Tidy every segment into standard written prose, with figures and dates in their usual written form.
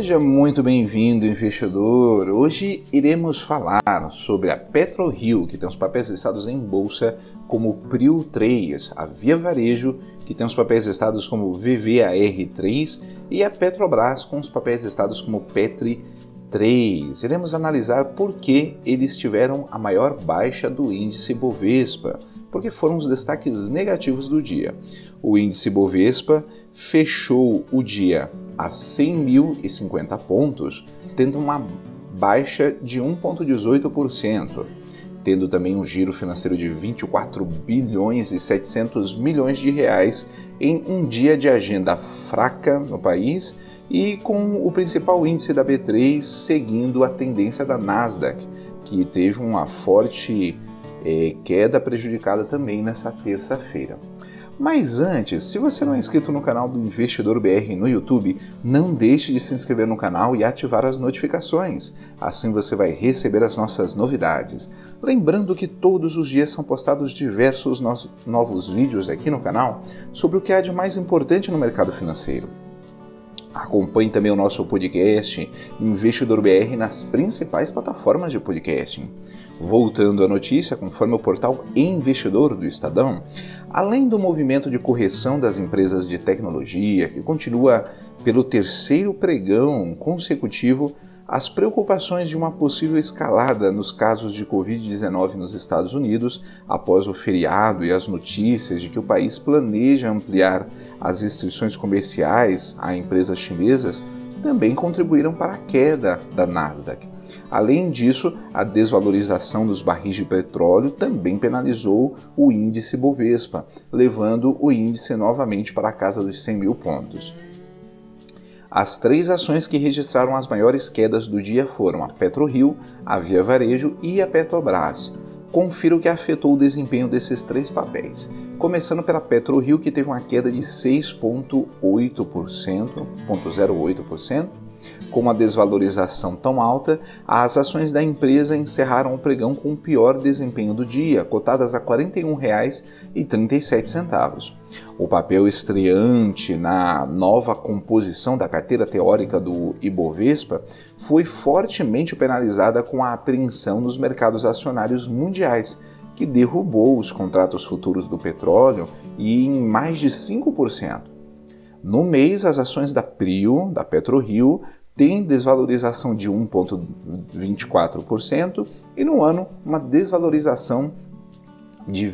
Seja muito bem-vindo, investidor! Hoje iremos falar sobre a PetroRio, que tem os papéis listados em bolsa como PRIO3, a Via Varejo, que tem os papéis listados como VVAR3 e a Petrobras com os papéis listados como PETRI3. Iremos analisar por que eles tiveram a maior baixa do índice Bovespa, porque foram os destaques negativos do dia. O índice Bovespa fechou o dia a 100.050 pontos, tendo uma baixa de 1,18%, tendo também um giro financeiro de 24 bilhões e 700 milhões de reais em um dia de agenda fraca no país e com o principal índice da B3 seguindo a tendência da Nasdaq, que teve uma forte queda prejudicada também nessa terça-feira. Mas antes, se você não é inscrito no canal do Investidor BR no YouTube, não deixe de se inscrever no canal e ativar as notificações. Assim você vai receber as nossas novidades. Lembrando que todos os dias são postados diversos novos vídeos aqui no canal sobre o que há de mais importante no mercado financeiro. Acompanhe também o nosso podcast Investidor BR nas principais plataformas de podcasting. Voltando à notícia, conforme o portal Investidor do Estadão, além do movimento de correção das empresas de tecnologia, que continua pelo terceiro pregão consecutivo, as preocupações de uma possível escalada nos casos de Covid-19 nos Estados Unidos após o feriado e as notícias de que o país planeja ampliar as restrições comerciais a empresas chinesas também contribuíram para a queda da Nasdaq. Além disso, a desvalorização dos barris de petróleo também penalizou o índice Bovespa, levando o índice novamente para a casa dos 100 mil pontos. As três ações que registraram as maiores quedas do dia foram a PetroRio, a Via Varejo e a Petrobras. Confira o que afetou o desempenho desses três papéis. Começando pela PetroRio, que teve uma queda de 6,08%. Com uma desvalorização tão alta, as ações da empresa encerraram o pregão com o pior desempenho do dia, cotadas a R$ 41,37. O papel estreante na nova composição da carteira teórica do Ibovespa foi fortemente penalizada com a apreensão nos mercados acionários mundiais, que derrubou os contratos futuros do petróleo em mais de 5%. No mês, as ações da PetroRio, têm desvalorização de 1,24% e no ano, uma desvalorização de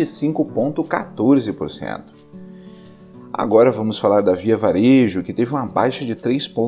25,14%. Agora vamos falar da Via Varejo, que teve uma baixa de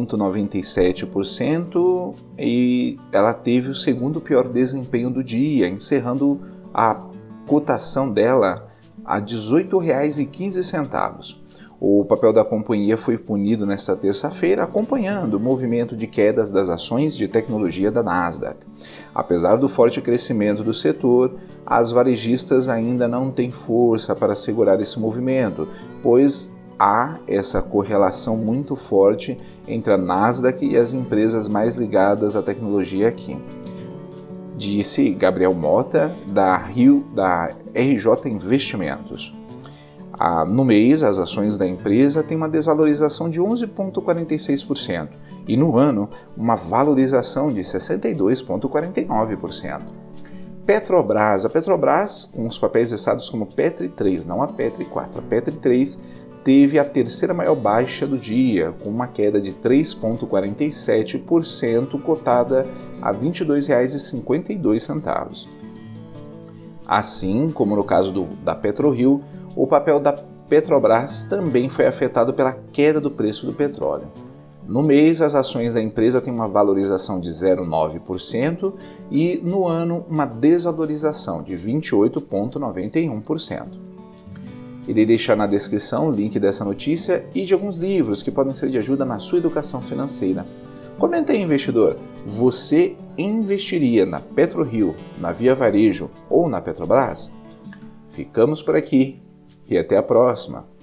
3,97% e ela teve o segundo pior desempenho do dia, encerrando a cotação dela a R$ 18,15. O papel da companhia foi punido nesta terça-feira, acompanhando o movimento de quedas das ações de tecnologia da Nasdaq. Apesar do forte crescimento do setor, as varejistas ainda não têm força para segurar esse movimento, pois há essa correlação muito forte entre a Nasdaq e as empresas mais ligadas à tecnologia aqui. Disse Gabriel Mota, da RJ Investimentos. No mês, as ações da empresa têm uma desvalorização de 11,46% e no ano, uma valorização de 62,49%. Petrobras. A Petrobras, com os papéis listados como PETRI3, não a PETRI4, a PETRI3 teve a terceira maior baixa do dia, com uma queda de 3,47%, cotada a R$ 22,52. Assim como no caso da PetroRio, o papel da Petrobras também foi afetado pela queda do preço do petróleo. No mês, as ações da empresa têm uma valorização de 0,9% e no ano, uma desvalorização de 28,91%. Irei deixar na descrição o link dessa notícia e de alguns livros que podem ser de ajuda na sua educação financeira. Comenta aí, investidor, você investiria na PetroRio, na Via Varejo ou na Petrobras? Ficamos por aqui e até a próxima!